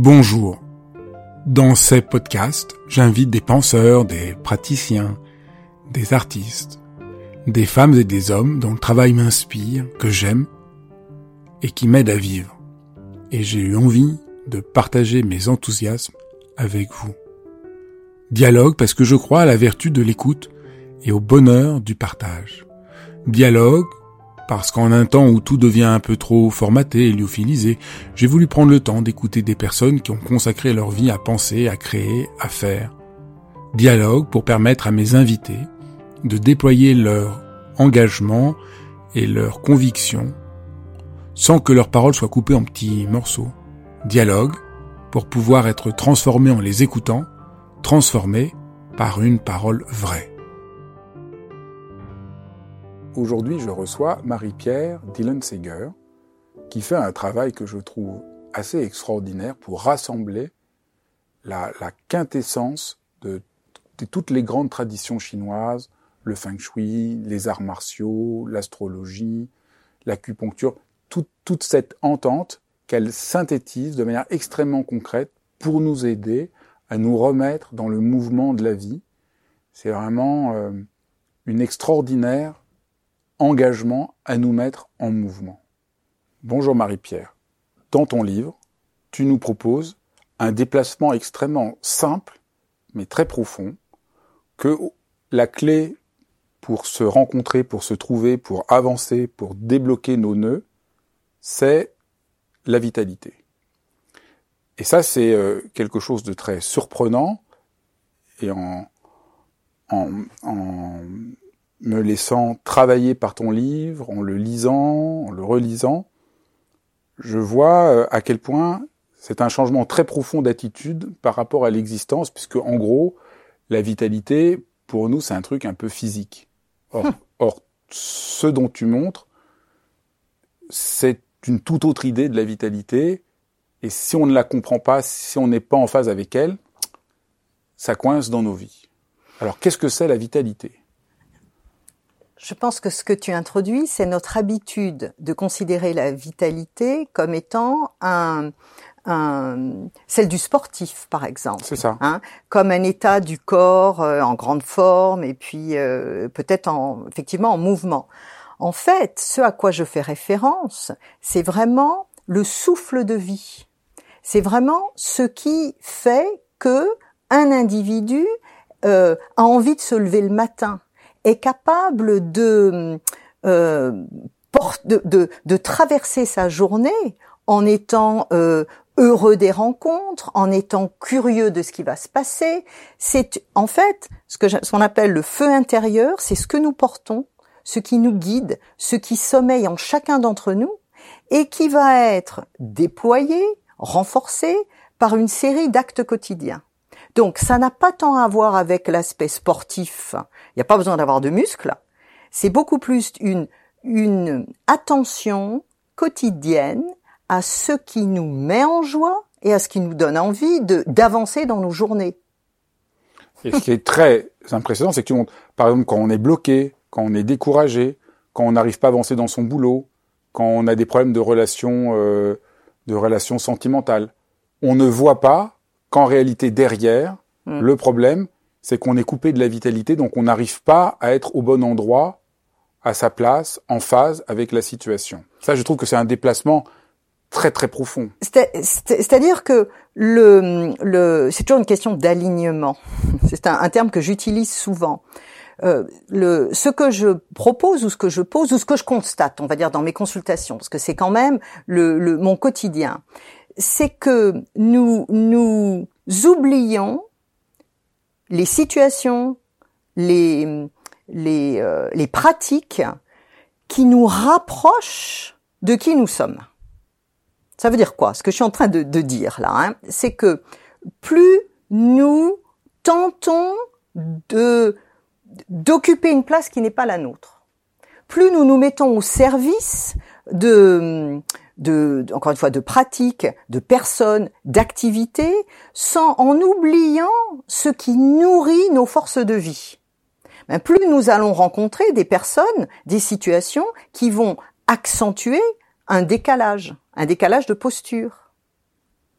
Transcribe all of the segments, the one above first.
Bonjour. Dans ces podcasts, j'invite des penseurs, des praticiens, des artistes, des femmes et des hommes dont le travail m'inspire, que j'aime et qui m'aident à vivre. Et j'ai eu envie de partager mes enthousiasmes avec vous. Dialogue parce que je crois à la vertu de l'écoute et au bonheur du partage. Dialogue parce qu'en un temps où tout devient un peu trop formaté et lyophilisé, j'ai voulu prendre le temps d'écouter des personnes qui ont consacré leur vie à penser, à créer, à faire. Dialogue pour permettre à mes invités de déployer leur engagement et leur conviction sans que leurs paroles soient coupées en petits morceaux. Dialogue pour pouvoir être transformé en les écoutant, transformé par une parole vraie. Aujourd'hui, je reçois Marie-Pierre Dillenseger, qui fait un travail que je trouve assez extraordinaire pour rassembler la quintessence de toutes les grandes traditions chinoises, le feng shui, les arts martiaux, l'astrologie, l'acupuncture, toute cette entente qu'elle synthétise de manière extrêmement concrète pour nous aider à nous remettre dans le mouvement de la vie. C'est vraiment une extraordinaire engagement à nous mettre en mouvement. Bonjour Marie-Pierre. Dans ton livre, tu nous proposes un déplacement extrêmement simple, mais très profond, que la clé pour se rencontrer, pour se trouver, pour avancer, pour débloquer nos nœuds, c'est la vitalité. Et ça, c'est quelque chose de très surprenant, et en me laissant travailler par ton livre, en le lisant, en le relisant, je vois à quel point c'est un changement très profond d'attitude par rapport à l'existence, puisque en gros, la vitalité, pour nous, c'est un truc un peu physique. Or, ce dont tu montres, c'est une toute autre idée de la vitalité, et si on ne la comprend pas, si on n'est pas en phase avec elle, ça coince dans nos vies. Alors, qu'est-ce que c'est la vitalité ? Je pense que ce que tu introduis, c'est notre habitude de considérer la vitalité comme étant celle du sportif, par exemple. C'est ça. Comme un état du corps en grande forme et puis peut-être effectivement en mouvement. En fait, ce à quoi je fais référence, c'est vraiment le souffle de vie. C'est vraiment ce qui fait que un individu a envie de se lever le matin, est capable de traverser sa journée en étant heureux des rencontres, en étant curieux de ce qui va se passer. C'est en fait ce qu'on appelle le feu intérieur, c'est ce que nous portons, ce qui nous guide, ce qui sommeille en chacun d'entre nous et qui va être déployé, renforcé par une série d'actes quotidiens. Donc, ça n'a pas tant à voir avec l'aspect sportif. Il n'y a pas besoin d'avoir de muscles. C'est beaucoup plus une attention quotidienne à ce qui nous met en joie et à ce qui nous donne envie d'avancer dans nos journées. Et ce qui est très impressionnant, c'est que tu montres, par exemple, quand on est bloqué, quand on est découragé, quand on n'arrive pas à avancer dans son boulot, quand on a des problèmes de relations sentimentales, on ne voit pas qu'en réalité, derrière, le problème, c'est qu'on est coupé de la vitalité, donc on n'arrive pas à être au bon endroit, à sa place, en phase avec la situation. Ça, je trouve que c'est un déplacement très très profond. C'est-à-dire que c'est toujours une question d'alignement. C'est un terme que j'utilise souvent. Ce que je propose ou ce que je pose ou ce que je constate, on va dire dans mes consultations, parce que c'est quand même mon quotidien, c'est que nous oublions les situations, les pratiques qui nous rapprochent de qui nous sommes. Ça veut dire quoi ? Ce que je suis en train de dire là, c'est que plus nous tentons d'occuper une place qui n'est pas la nôtre, plus nous nous mettons au service encore une fois, de pratiques, de personnes, d'activités, en oubliant ce qui nourrit nos forces de vie. Plus nous allons rencontrer des personnes, des situations qui vont accentuer un décalage de posture.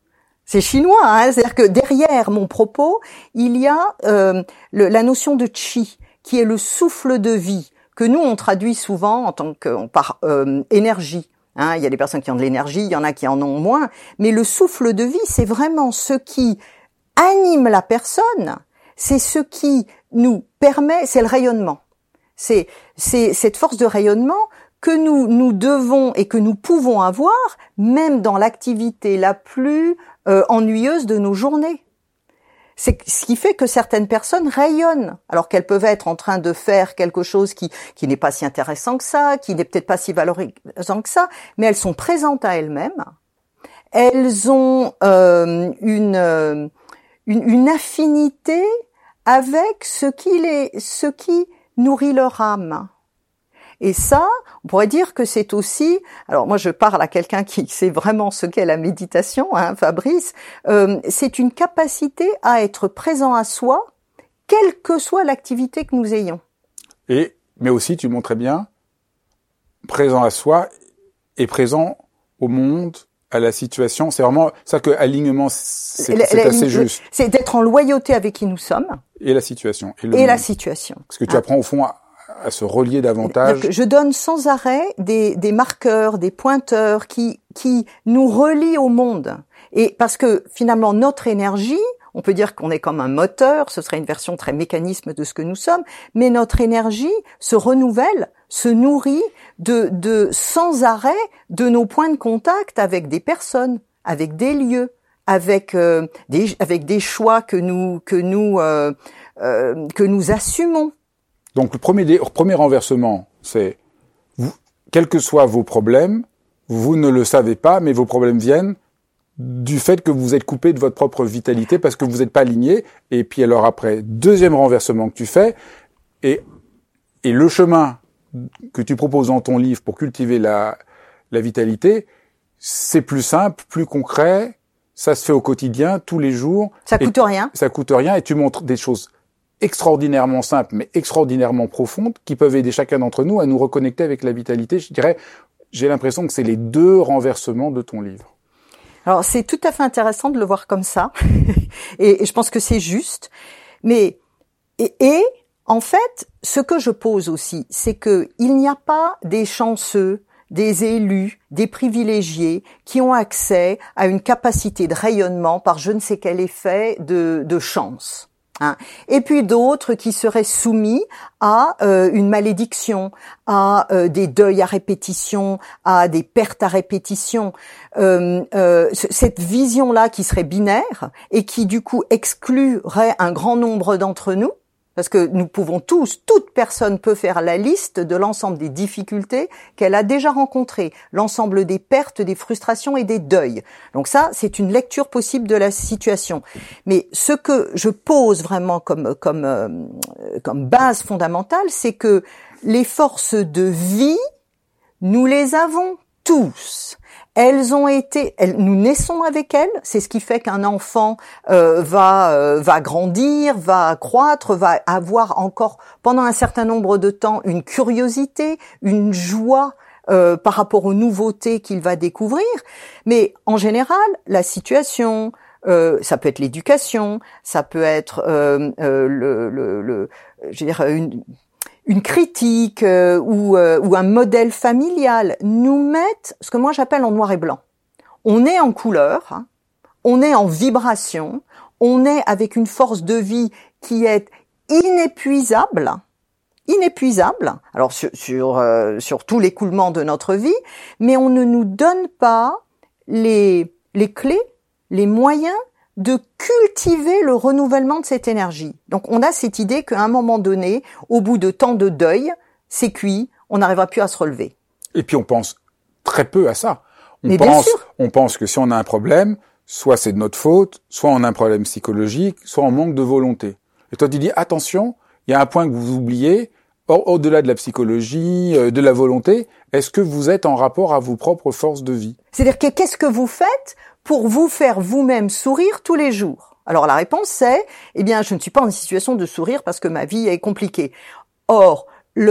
C'est chinois, hein, c'est-à-dire que derrière mon propos, il y a la notion de qi, qui est le souffle de vie, que nous on traduit souvent en tant que par énergie. Hein, il y a des personnes qui ont de l'énergie, il y en a qui en ont moins, mais le souffle de vie, c'est vraiment ce qui anime la personne, c'est ce qui nous permet, c'est le rayonnement. C'est cette force de rayonnement que nous devons et que nous pouvons avoir, même dans l'activité la plus ennuyeuse de nos journées. C'est ce qui fait que certaines personnes rayonnent, alors qu'elles peuvent être en train de faire quelque chose qui n'est pas si intéressant que ça, qui n'est peut-être pas si valorisant que ça, mais elles sont présentes à elles-mêmes. Elles ont une affinité avec ce qui nourrit leur âme. Et ça, on pourrait dire que c'est aussi, alors moi je parle à quelqu'un qui sait vraiment ce qu'est la méditation, hein, Fabrice, c'est une capacité à être présent à soi, quelle que soit l'activité que nous ayons. Mais aussi, tu montres très bien, présent à soi et présent au monde, à la situation. C'est vraiment ça que alignement, c'est assez juste. C'est d'être en loyauté avec qui nous sommes. Et la situation. Et la situation. Parce que tu apprends au fond à se relier davantage. Je donne sans arrêt des marqueurs, des pointeurs qui nous relient au monde. Et parce que finalement notre énergie, on peut dire qu'on est comme un moteur, ce serait une version très mécanisme de ce que nous sommes, mais notre énergie se renouvelle, se nourrit de sans arrêt de nos points de contact avec des personnes, avec des lieux, avec des choix que nous assumons. Donc le premier renversement, c'est quels que soient vos problèmes, vous ne le savez pas, mais vos problèmes viennent du fait que vous êtes coupé de votre propre vitalité parce que vous n'êtes pas aligné. Et puis alors après, deuxième renversement que tu fais, et le chemin que tu proposes dans ton livre pour cultiver la vitalité, c'est plus simple, plus concret, ça se fait au quotidien, tous les jours. Ça coûte rien. Ça coûte rien et tu montres des choses extraordinairement simples, mais extraordinairement profondes, qui peuvent aider chacun d'entre nous à nous reconnecter avec la vitalité. Je dirais, j'ai l'impression que c'est les deux renversements de ton livre. Alors, c'est tout à fait intéressant de le voir comme ça. et je pense que c'est juste. Mais, en fait, ce que je pose aussi, c'est que il n'y a pas des chanceux, des élus, des privilégiés qui ont accès à une capacité de rayonnement par je ne sais quel effet de chance. Hein. Et puis d'autres qui seraient soumis à une malédiction, à des deuils à répétition, à des pertes à répétition. Cette vision-là qui serait binaire et qui du coup exclurait un grand nombre d'entre nous, parce que nous pouvons toute personne peut faire la liste de l'ensemble des difficultés qu'elle a déjà rencontrées, l'ensemble des pertes, des frustrations et des deuils. Donc ça, c'est une lecture possible de la situation. Mais ce que je pose vraiment comme base fondamentale, c'est que les forces de vie, nous les avons tous. Nous naissons avec elles. C'est ce qui fait qu'un enfant va grandir, va croître, va avoir encore pendant un certain nombre de temps une curiosité, une joie par rapport aux nouveautés qu'il va découvrir. Mais en général, la situation, ça peut être l'éducation, ça peut être une critique ou un modèle familial nous mettent ce que moi j'appelle en noir et blanc. On est en couleur, hein, on est en vibration, on est avec une force de vie qui est inépuisable, alors sur tout l'écoulement de notre vie, mais on ne nous donne pas les clés, les moyens de cultiver le renouvellement de cette énergie. Donc on a cette idée qu'à un moment donné, au bout de tant de deuil, c'est cuit, on n'arrivera plus à se relever. Et puis on pense très peu à ça. On pense que si on a un problème, soit c'est de notre faute, soit on a un problème psychologique, soit on manque de volonté. Et toi tu dis attention, il y a un point que vous oubliez, au-delà de la psychologie, de la volonté, est-ce que vous êtes en rapport à vos propres forces de vie? C'est-à-dire que qu'est-ce que vous faites pour vous faire vous-même sourire tous les jours? Alors la réponse c'est, je ne suis pas en situation de sourire parce que ma vie est compliquée. Or,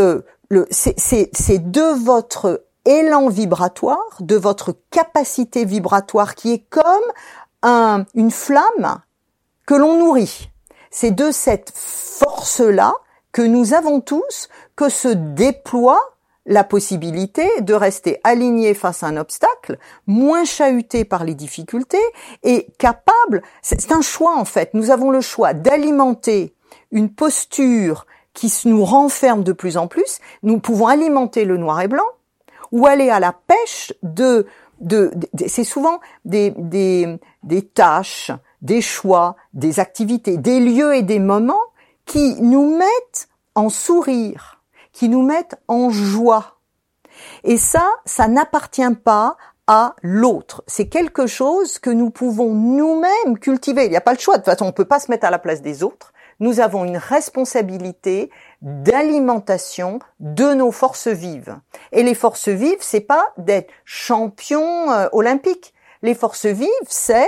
c'est de votre élan vibratoire, de votre capacité vibratoire qui est comme une flamme que l'on nourrit. C'est de cette force-là que nous avons tous que se déploie la possibilité de rester aligné face à un obstacle, moins chahuté par les difficultés et capable, c'est un choix en fait, nous avons le choix d'alimenter une posture qui nous renferme de plus en plus, nous pouvons alimenter le noir et blanc, ou aller à la pêche c'est souvent des tâches, des choix, des activités, des lieux et des moments qui nous mettent en sourire, qui nous mettent en joie. Et ça n'appartient pas à l'autre. C'est quelque chose que nous pouvons nous-mêmes cultiver. Il n'y a pas le choix. De toute façon, on ne peut pas se mettre à la place des autres. Nous avons une responsabilité d'alimentation de nos forces vives. Et les forces vives, c'est pas d'être champion olympique. Les forces vives, c'est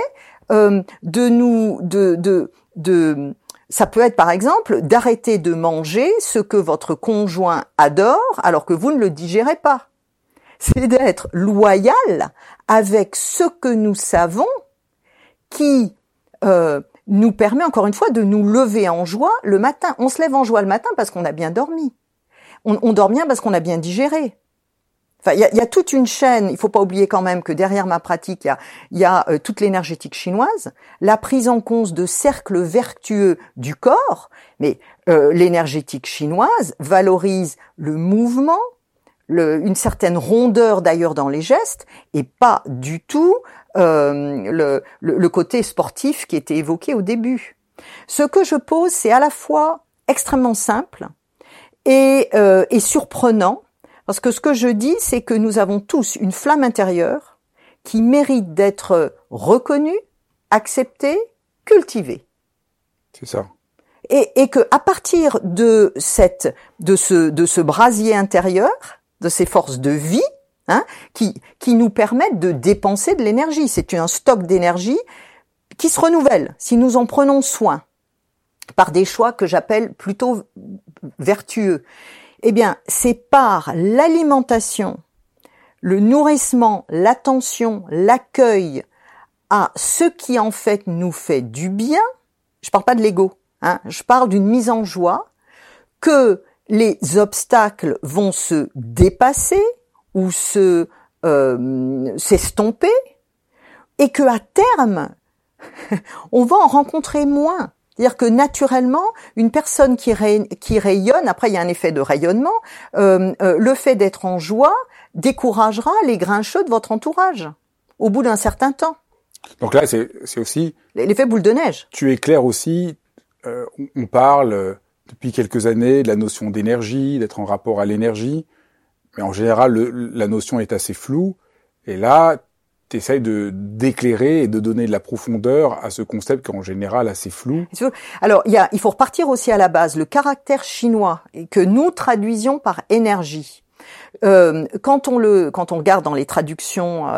ça peut être par exemple d'arrêter de manger ce que votre conjoint adore alors que vous ne le digérez pas. C'est d'être loyal avec ce que nous savons qui nous permet encore une fois de nous lever en joie le matin. On se lève en joie le matin parce qu'on a bien dormi. On dort bien parce qu'on a bien digéré. Enfin, il y a toute une chaîne. Il faut pas oublier quand même que derrière ma pratique, il y a toute l'énergétique chinoise, la prise en compte de cercles vertueux du corps. Mais l'énergétique chinoise valorise le mouvement, une certaine rondeur d'ailleurs dans les gestes, et pas du tout le côté sportif qui était évoqué au début. Ce que je pose, c'est à la fois extrêmement simple et surprenant, parce que ce que je dis, c'est que nous avons tous une flamme intérieure qui mérite d'être reconnue, acceptée, cultivée. C'est ça. Et que à partir de ce brasier intérieur, de ces forces de vie, qui nous permettent de dépenser de l'énergie. C'est un stock d'énergie qui se renouvelle si nous en prenons soin par des choix que j'appelle plutôt vertueux. Eh bien, c'est par l'alimentation, le nourrissement, l'attention, l'accueil à ce qui en fait nous fait du bien. Je parle pas de l'ego, je parle d'une mise en joie, que les obstacles vont se dépasser ou s'estomper, et que à terme, on va en rencontrer moins. C'est-à-dire que naturellement, une personne qui rayonne, après il y a un effet de rayonnement, le fait d'être en joie découragera les grincheux de votre entourage au bout d'un certain temps. Donc là, c'est aussi l'effet boule de neige. Tu éclaires aussi. On parle depuis quelques années de la notion d'énergie, d'être en rapport à l'énergie, mais en général, la notion est assez floue. Et là, tu essayes d'éclairer et de donner de la profondeur à ce concept qui est en général assez flou. Alors, il faut repartir aussi à la base, le caractère chinois, que nous traduisions par énergie. Quand on regarde dans les traductions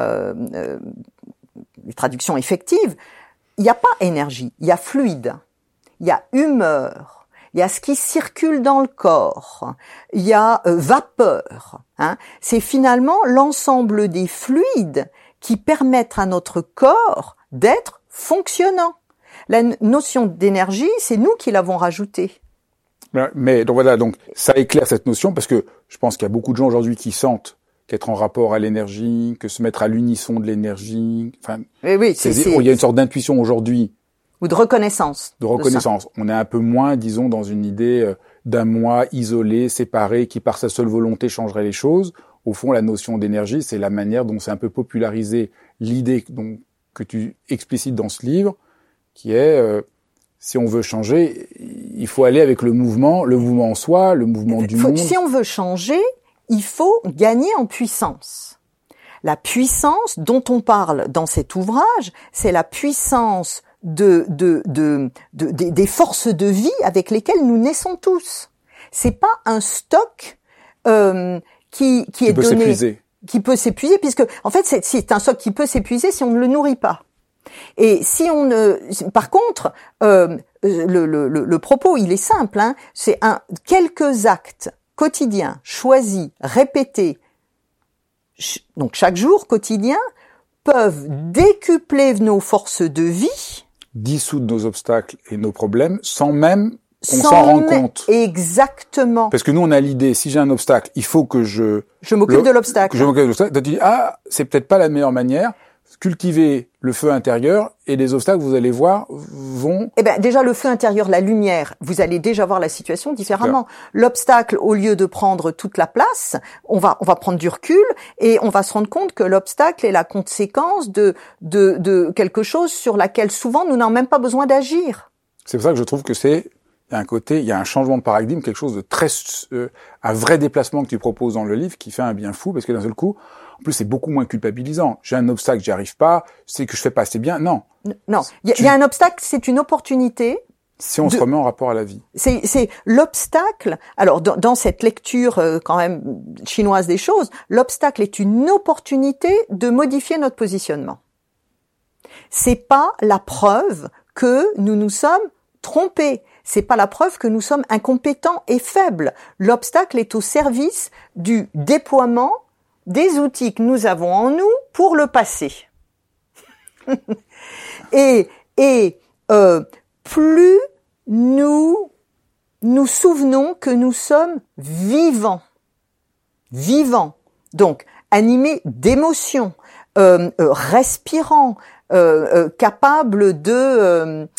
effectives, il n'y a pas énergie, il y a fluide, il y a humeur, il y a ce qui circule dans le corps, il y a vapeur. C'est finalement l'ensemble des fluides qui permettent à notre corps d'être fonctionnant. La notion d'énergie, c'est nous qui l'avons rajoutée. Mais donc voilà, donc ça éclaire cette notion parce que je pense qu'il y a beaucoup de gens aujourd'hui qui sentent qu'être en rapport à l'énergie, que se mettre à l'unisson de l'énergie, enfin, oui, il y a une sorte d'intuition aujourd'hui. Ou de reconnaissance. De reconnaissance. On est un peu moins, disons, dans une idée d'un moi isolé, séparé, qui par sa seule volonté changerait les choses. Au fond, la notion d'énergie, c'est la manière dont c'est un peu popularisé l'idée que tu explicites dans ce livre, qui est, si on veut changer, il faut aller avec le mouvement en soi, le mouvement du monde. Si on veut changer, il faut gagner en puissance. La puissance dont on parle dans cet ouvrage, c'est la puissance des forces de vie avec lesquelles nous naissons tous. C'est pas un stock qui est donné, qui peut s'épuiser, puisque en fait c'est un stock qui peut s'épuiser si on ne le nourrit pas. Et si on ne, par contre, le propos il est simple, c'est quelques actes quotidiens choisis, répétés, donc chaque jour quotidien, peuvent décupler nos forces de vie, dissoudre nos obstacles et nos problèmes sans même qu'on s'en rende compte. Exactement. Parce que nous, on a l'idée, si j'ai un obstacle, il faut que je m'occupe de l'obstacle. Que je m'occupe de l'obstacle. Donc tu dis, c'est peut-être pas la meilleure manière. Cultiver le feu intérieur et les obstacles, vous allez voir, vont... Eh ben, déjà, le feu intérieur, la lumière, vous allez déjà voir la situation différemment. L'obstacle, au lieu de prendre toute la place, on va prendre du recul et on va se rendre compte que l'obstacle est la conséquence de quelque chose sur laquelle souvent nous n'avons même pas besoin d'agir. C'est pour ça que je trouve que il y a un changement de paradigme, quelque chose de très, un vrai déplacement que tu proposes dans le livre qui fait un bien fou parce que d'un seul coup, en plus, c'est beaucoup moins culpabilisant. J'ai un obstacle, j'y arrive pas, c'est que je fais pas assez bien. Non. Non. Il y a un obstacle, c'est une opportunité. Si on se remet en rapport à la vie. C'est l'obstacle. Alors, dans cette lecture, quand même, chinoise des choses, l'obstacle est une opportunité de modifier notre positionnement. C'est pas la preuve que nous nous sommes trompés. C'est pas la preuve que nous sommes incompétents et faibles. L'obstacle est au service du déploiement des outils que nous avons en nous pour le passé. et plus nous souvenons que nous sommes vivants, donc animés d'émotions, respirants, capables de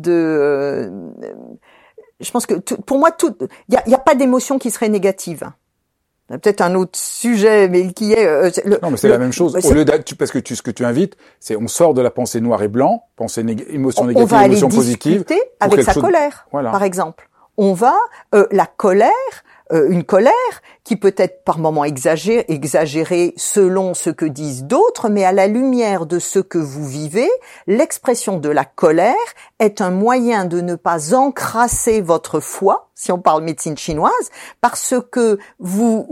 je pense que pour moi il y a pas d'émotion qui serait négative. Peut-être un autre sujet, mais qui est... non, mais c'est la même chose. Au lieu parce que ce que tu invites, c'est on sort de la pensée noir et blanc, émotion négative, émotion positive. On va aller discuter avec sa colère, par exemple. On va... la colère, une colère qui peut être par moments exagérée selon ce que disent d'autres, mais à la lumière de ce que vous vivez, l'expression de la colère est un moyen de ne pas encrasser votre foi, si on parle médecine chinoise, parce que vous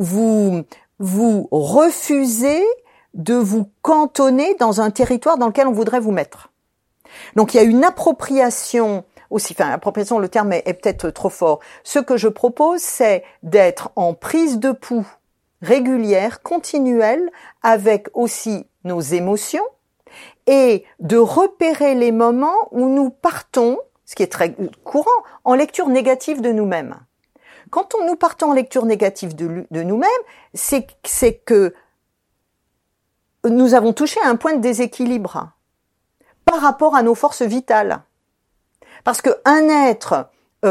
refusez de vous cantonner dans un territoire dans lequel on voudrait vous mettre. Donc il y a une appropriation aussi, appropriation, le terme est peut-être trop fort. Ce que je propose, c'est d'être en prise de pouls régulière, continuelle, avec aussi nos émotions, et de repérer les moments où nous partons, ce qui est très courant, en lecture négative de nous-mêmes. Quand nous partons en lecture négative de nous-mêmes, c'est que nous avons touché à un point de déséquilibre par rapport à nos forces vitales. Parce que un être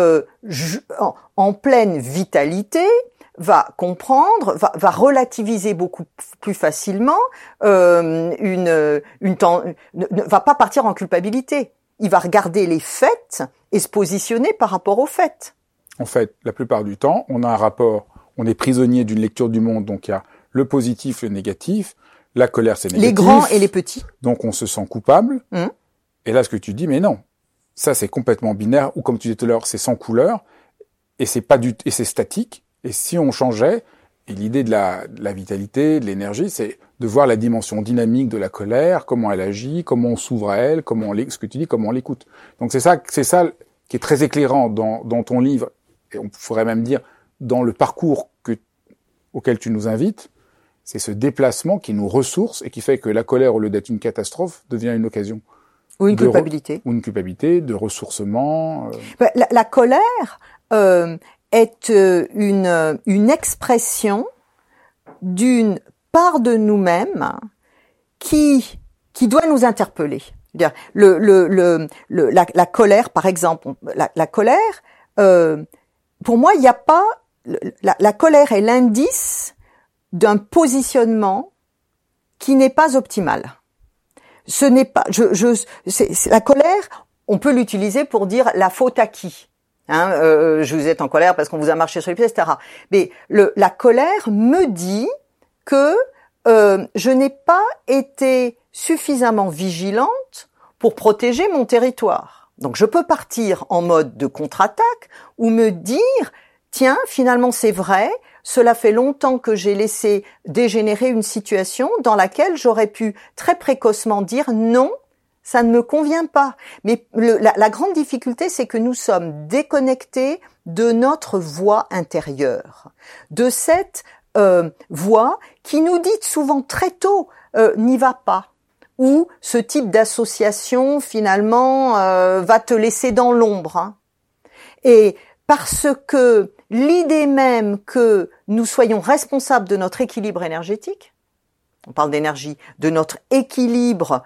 en pleine vitalité va comprendre, va relativiser beaucoup plus facilement, va pas partir en culpabilité. Il va regarder les faits et se positionner par rapport aux faits. En fait, la plupart du temps, on a un rapport, on est prisonnier d'une lecture du monde, donc il y a le positif, le négatif, la colère c'est négatif. Les grands et les petits. Donc on se sent coupable. Et là, ce que tu dis, mais non. Ça, c'est complètement binaire, ou comme tu disais tout à l'heure, c'est sans couleur, et c'est statique. Et si on changeait, et l'idée de la vitalité, de l'énergie, c'est de voir la dimension dynamique de la colère, comment elle agit, comment on s'ouvre à elle, ce que tu dis, comment on l'écoute. Donc c'est ça qui est très éclairant dans ton livre, et on pourrait même dire dans le parcours auquel tu nous invites, c'est ce déplacement qui nous ressource et qui fait que la colère, au lieu d'être une catastrophe, devient une occasion. Ou une culpabilité. Ou une culpabilité, de ressourcement. La colère est une expression d'une part de nous-mêmes qui doit nous interpeller. C'est-à-dire la colère, par exemple, la colère, pour moi, il n'y a pas... La colère est l'indice d'un positionnement qui n'est pas optimal. Ce n'est pas, la colère, on peut l'utiliser pour dire la faute à qui. Je vous êtes en colère parce qu'on vous a marché sur les pieds, etc. Mais la colère me dit que je n'ai pas été suffisamment vigilante pour protéger mon territoire. Donc je peux partir en mode de contre-attaque ou me dire, tiens, finalement c'est vrai, cela fait longtemps que j'ai laissé dégénérer une situation dans laquelle j'aurais pu très précocement dire non, ça ne me convient pas. Mais la grande difficulté, c'est que nous sommes déconnectés de notre voix intérieure, de cette voix qui nous dit souvent très tôt n'y va pas, où ce type d'association finalement va te laisser dans l'ombre. Hein. Et parce que l'idée même que nous soyons responsables de notre équilibre énergétique, on parle d'énergie, de notre équilibre,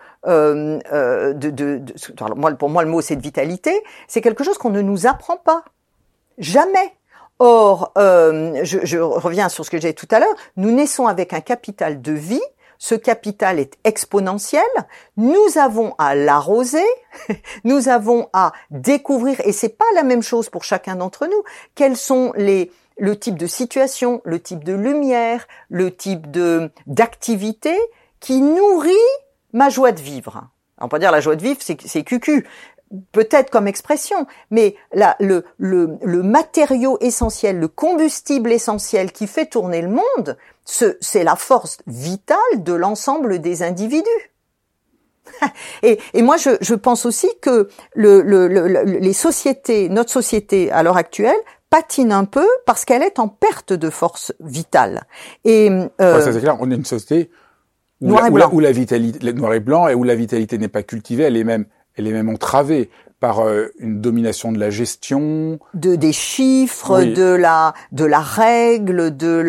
pour moi le mot c'est de vitalité, c'est quelque chose qu'on ne nous apprend pas, jamais. Or, je reviens sur ce que j'ai dit tout à l'heure, nous naissons avec un capital de vie, ce capital est exponentiel, nous avons à l'arroser, nous avons à découvrir, et c'est pas la même chose pour chacun d'entre nous, quels sont le type de situation, le type de lumière, le type d'activité qui nourrit ma joie de vivre. On peut dire la joie de vivre, c'est cucu, peut-être comme expression, mais le matériau essentiel, le combustible essentiel qui fait tourner le monde, c'est la force vitale de l'ensemble des individus. Et moi, je pense aussi que les sociétés, notre société à l'heure actuelle, patine un peu parce qu'elle est en perte de force vitale. Et ça c'est clair, on est une société où la vitalité, noir et blanc, et où la vitalité n'est pas cultivée, elle est même entravée par une domination de la gestion, des chiffres, oui. de la règle,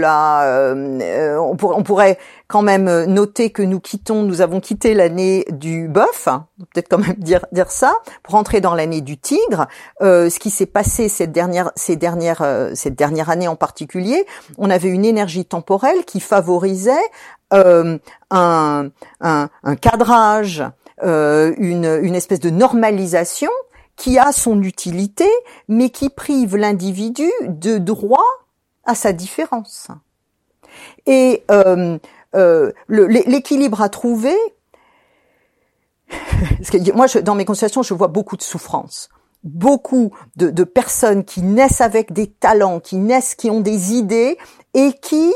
on pourrait quand même noter que nous avons quitté l'année du bœuf, hein, peut-être quand même dire ça, pour entrer dans l'année du tigre. Ce qui s'est passé cette dernière année en particulier, on avait une énergie temporelle qui favorisait un cadrage, une espèce de normalisation qui a son utilité, mais qui prive l'individu de droit à sa différence. Et l'équilibre à trouver, parce que moi, dans mes consultations, je vois beaucoup de souffrance, beaucoup de personnes qui naissent avec des talents, qui ont des idées et qui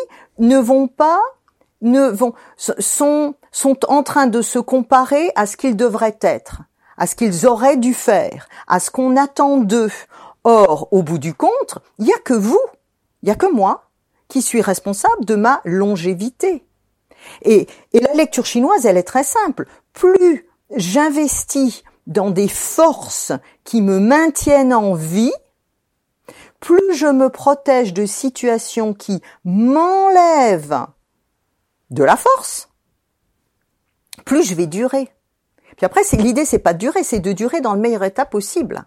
sont en train de se comparer à ce qu'ils devraient être, à ce qu'ils auraient dû faire, à ce qu'on attend d'eux. Or, au bout du compte, il y a que vous, il y a que moi qui suis responsable de ma longévité. Et la lecture chinoise, elle est très simple. Plus j'investis dans des forces qui me maintiennent en vie, plus je me protège de situations qui m'enlèvent de la force, plus je vais durer. Puis après, l'idée, c'est pas de durer, c'est de durer dans le meilleur état possible.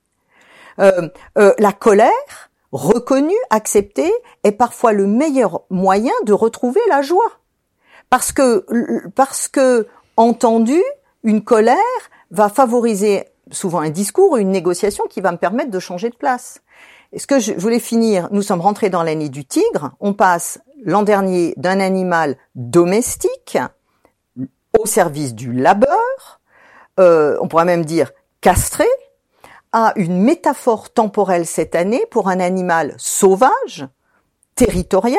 La colère, reconnue, acceptée, est parfois le meilleur moyen de retrouver la joie. Parce que entendue, une colère va favoriser souvent un discours, une négociation qui va me permettre de changer de place. Et ce que je voulais finir, nous sommes rentrés dans l'année du tigre, on passe l'an dernier d'un animal domestique au service du labeur, on pourrait même dire castré, à une métaphore temporelle cette année pour un animal sauvage, territorial,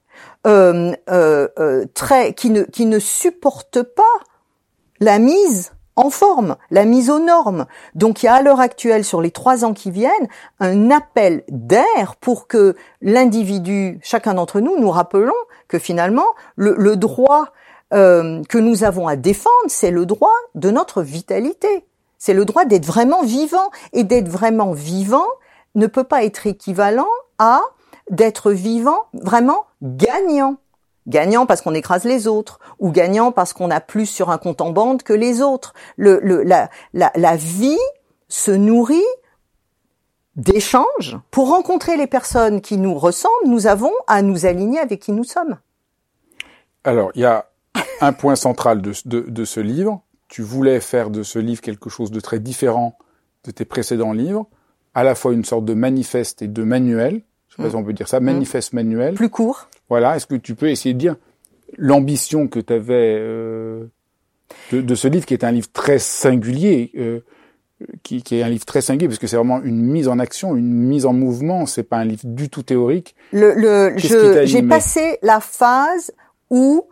qui ne supporte pas la mise en forme, la mise aux normes. Donc il y a à l'heure actuelle, sur les 3 ans qui viennent, un appel d'air pour que l'individu, chacun d'entre nous, nous rappelons que finalement, le droit que nous avons à défendre, c'est le droit de notre vitalité. C'est le droit d'être vraiment vivant. Et d'être vraiment vivant ne peut pas être équivalent à d'être vivant vraiment gagnant. Gagnant parce qu'on écrase les autres, ou gagnant parce qu'on a plus sur un compte en banque que les autres. La vie se nourrit d'échanges. Pour rencontrer les personnes qui nous ressemblent, nous avons à nous aligner avec qui nous sommes. Alors, il y a un point central de ce livre. Tu voulais faire de ce livre quelque chose de très différent de tes précédents livres, à la fois une sorte de manifeste et de manuel. Je sais pas si on peut dire ça, manifeste manuel. Plus court. Voilà, est-ce que tu peux essayer de dire l'ambition que tu avais de ce livre, qui est un livre très singulier, qui est un livre très singulier, parce que c'est vraiment une mise en action, une mise en mouvement, c'est pas un livre du tout théorique. J'ai passé la phase où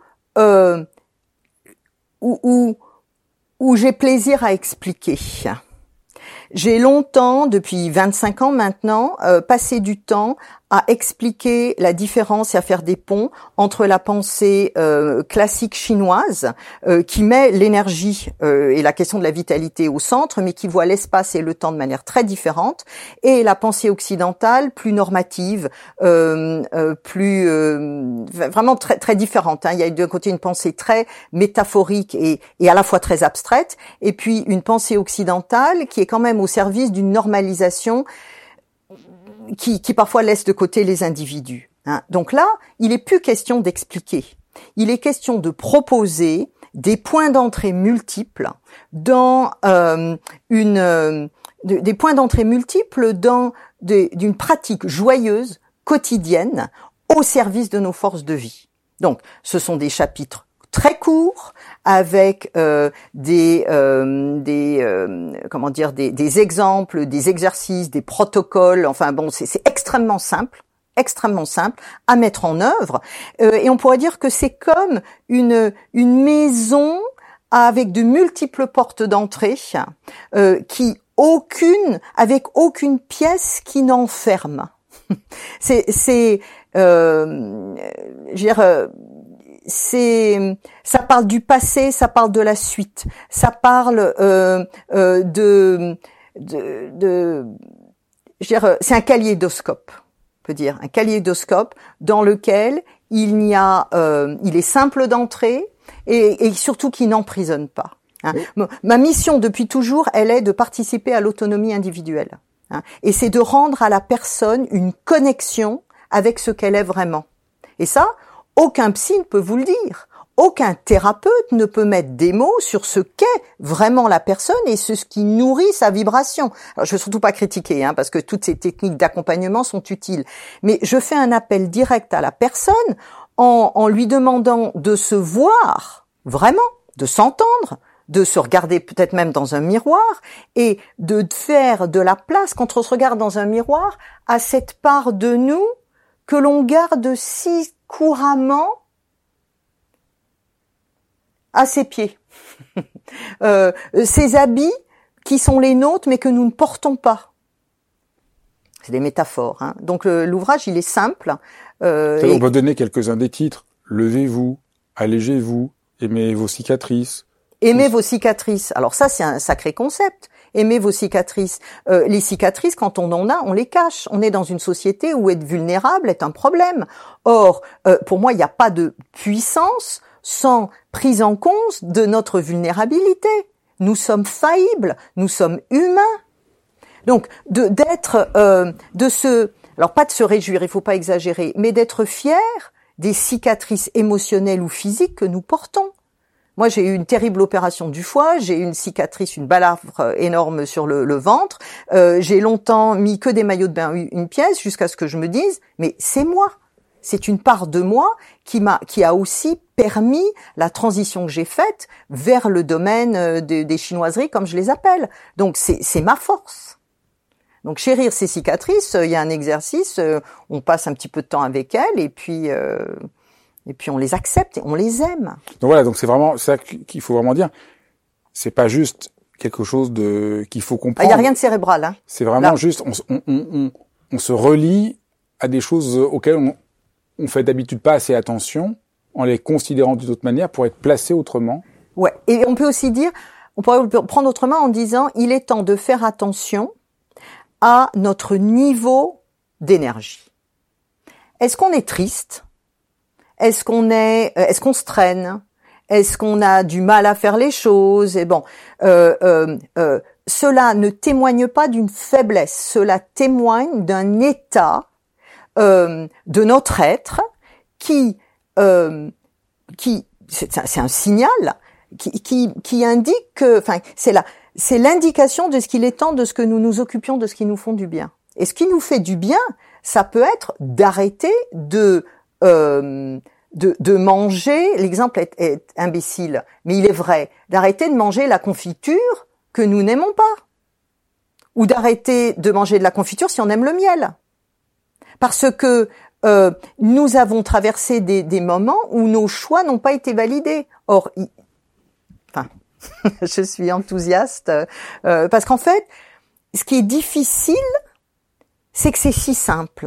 j'ai plaisir à expliquer. J'ai longtemps, depuis 25 ans maintenant, passé du temps à expliquer la différence et à faire des ponts entre la pensée classique chinoise, qui met l'énergie et la question de la vitalité au centre, mais qui voit l'espace et le temps de manière très différente, et la pensée occidentale, plus normative, plus vraiment très très différente. Il y a d'un côté une pensée très métaphorique et à la fois très abstraite, et puis une pensée occidentale qui est quand même au service d'une normalisation qui parfois laisse de côté les individus. Donc là, il n'est plus question d'expliquer. Il est question de proposer des points d'entrée multiples dans des points d'entrée multiples dans d'une pratique joyeuse, quotidienne, au service de nos forces de vie. Donc, ce sont des chapitres très courts, avec des exemples, des exercices, des protocoles. Enfin bon, c'est extrêmement simple à mettre en œuvre. Et on pourrait dire que c'est comme une maison avec de multiples portes d'entrée, avec aucune pièce qui n'enferme. Ça parle du passé, ça parle de la suite, ça parle c'est un kaléidoscope, on peut dire, un kaléidoscope dans lequel il est simple d'entrer et surtout qui n'emprisonne pas. Oui. Ma mission depuis toujours, elle est de participer à l'autonomie individuelle. Et c'est de rendre à la personne une connexion avec ce qu'elle est vraiment. Et ça, aucun psy ne peut vous le dire. Aucun thérapeute ne peut mettre des mots sur ce qu'est vraiment la personne et ce qui nourrit sa vibration. Alors, je veux surtout pas critiquer, parce que toutes ces techniques d'accompagnement sont utiles. Mais je fais un appel direct à la personne en lui demandant de se voir vraiment, de s'entendre, de se regarder peut-être même dans un miroir et de faire de la place quand on se regarde dans un miroir à cette part de nous que l'on garde si couramment à ses pieds. Ces habits qui sont les nôtres mais que nous ne portons pas. C'est des métaphores. Donc l'ouvrage, il est simple. On peut donner quelques-uns des titres. Levez-vous, allégez-vous, aimez vos cicatrices. Aimez vos cicatrices. Alors ça, c'est un sacré concept. Aimez vos cicatrices. Les cicatrices, quand on en a, on les cache. On est dans une société où être vulnérable est un problème. Or, pour moi, il n'y a pas de puissance sans prise en compte de notre vulnérabilité. Nous sommes faillibles, nous sommes humains. Donc, alors pas de se réjouir, il faut pas exagérer, mais d'être fier des cicatrices émotionnelles ou physiques que nous portons. Moi, j'ai eu une terrible opération du foie, j'ai eu une cicatrice, une balafre énorme sur le ventre. J'ai longtemps mis que des maillots de bain une pièce jusqu'à ce que je me dise, mais c'est moi. C'est une part de moi qui a aussi permis la transition que j'ai faite vers le domaine des chinoiseries, comme je les appelle. Donc, c'est ma force. Donc, chérir ses cicatrices, il y a un exercice, on passe un petit peu de temps avec elles et puis on les accepte et on les aime. Donc voilà, donc c'est vraiment ça qu'il faut vraiment dire. C'est pas juste quelque chose qu'il faut comprendre. Il y a rien de cérébral. C'est vraiment juste, on se relie à des choses auxquelles on fait d'habitude pas assez attention, en les considérant d'une autre manière pour être placé autrement. Ouais. Et on peut aussi dire, on pourrait le prendre autrement en disant, il est temps de faire attention à notre niveau d'énergie. Est-ce qu'on est triste? Est-ce qu'on se traîne? Est-ce qu'on a du mal à faire les choses? Et bon, cela ne témoigne pas d'une faiblesse. Cela témoigne d'un état de notre être qui c'est un signal qui indique que, enfin, c'est l'indication de ce qu'il est temps de ce que nous nous occupions de ce qui nous font du bien. Et ce qui nous fait du bien, ça peut être d'arrêter de manger, l'exemple est imbécile, mais il est vrai, d'arrêter de manger la confiture que nous n'aimons pas. Ou d'arrêter de manger de la confiture si on aime le miel. Parce que nous avons traversé des moments où nos choix n'ont pas été validés. Or, je suis enthousiaste parce qu'en fait, ce qui est difficile, c'est que c'est si simple.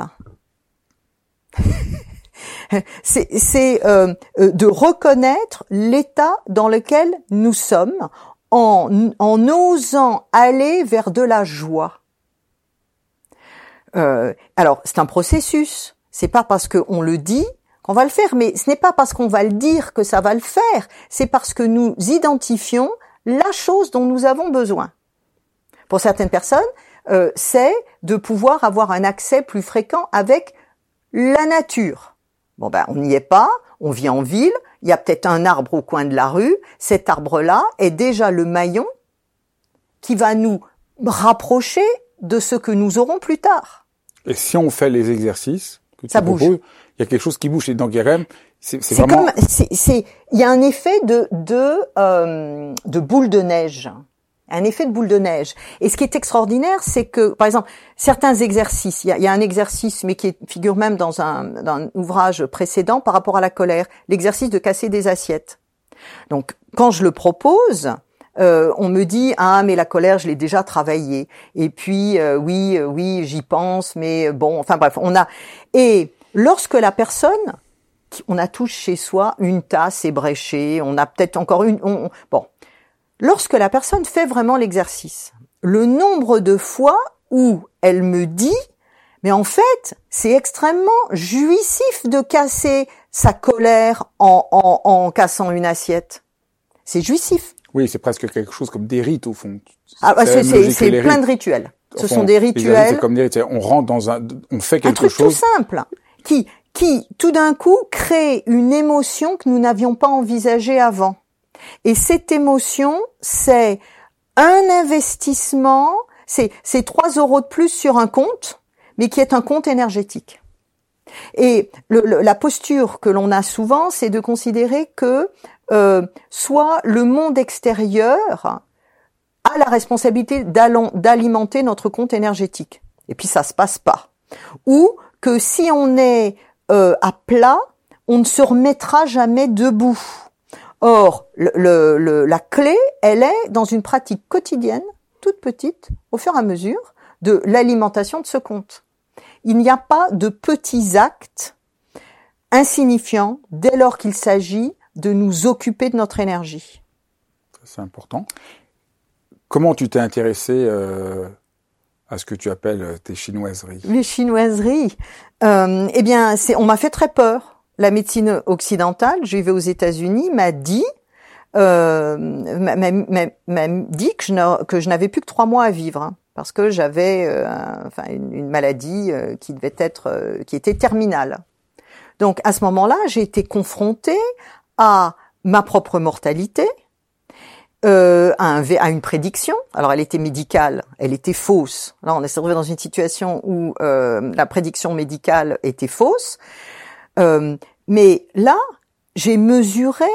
c'est de reconnaître l'état dans lequel nous sommes en osant aller vers de la joie. Alors, c'est un processus. C'est pas parce qu'on le dit qu'on va le faire, mais ce n'est pas parce qu'on va le dire que ça va le faire. C'est parce que nous identifions la chose dont nous avons besoin. Pour certaines personnes, c'est de pouvoir avoir un accès plus fréquent avec la nature. Bon ben, on n'y est pas, on vit en ville, il y a peut-être un arbre au coin de la rue, cet arbre-là est déjà le maillon qui va nous rapprocher de ce que nous aurons plus tard. Et si on fait les exercices que tu ça bouge. proposes, il y a quelque chose qui bouge. Et dans Guérem, c'est vraiment... il y a un effet de boule de neige. Un effet de boule de neige. Et ce qui est extraordinaire, c'est que, par exemple, certains exercices, il y a un exercice, mais qui figure même dans un ouvrage précédent par rapport à la colère, l'exercice de casser des assiettes. Donc, quand je le propose, on me dit mais la colère, je l'ai déjà travaillée. Et puis oui, j'y pense, mais bon, enfin bref, et lorsque la personne, on a tous chez soi une tasse ébréchée, on a peut-être encore lorsque la personne fait vraiment l'exercice, le nombre de fois où elle me dit, mais en fait, c'est extrêmement jouissif de casser sa colère en cassant une assiette. C'est jouissif. Oui, c'est presque quelque chose comme des rites au fond. C'est plein de rituels. Ce sont des rituels. C'est comme des rituels. On rentre on fait quelque chose. Un truc tout simple qui tout d'un coup crée une émotion que nous n'avions pas envisagée avant. Et cette émotion, c'est un investissement, c'est 3 € de plus sur un compte, mais qui est un compte énergétique. Et la posture que l'on a souvent, c'est de considérer que soit le monde extérieur a la responsabilité d'alimenter notre compte énergétique. Et puis ça se passe pas. Ou que si on est à plat, on ne se remettra jamais debout. Or, la clé, elle est dans une pratique quotidienne, toute petite, au fur et à mesure, de l'alimentation de ce compte. Il n'y a pas de petits actes insignifiants dès lors qu'il s'agit de nous occuper de notre énergie. C'est important. Comment tu t'es intéressé à ce que tu appelles tes chinoiseries? Les chinoiseries, eh bien, on m'a fait très peur. La médecine occidentale, je vivais aux États-Unis, m'a dit que je n'avais plus que 3 mois à vivre, parce que j'avais une maladie qui était terminale. Donc à ce moment-là, j'ai été confrontée à ma propre mortalité, à une prédiction. Alors elle était médicale, elle était fausse. Là, on s'est retrouvé dans une situation où la prédiction médicale était fausse. Mais là, j'ai mesuré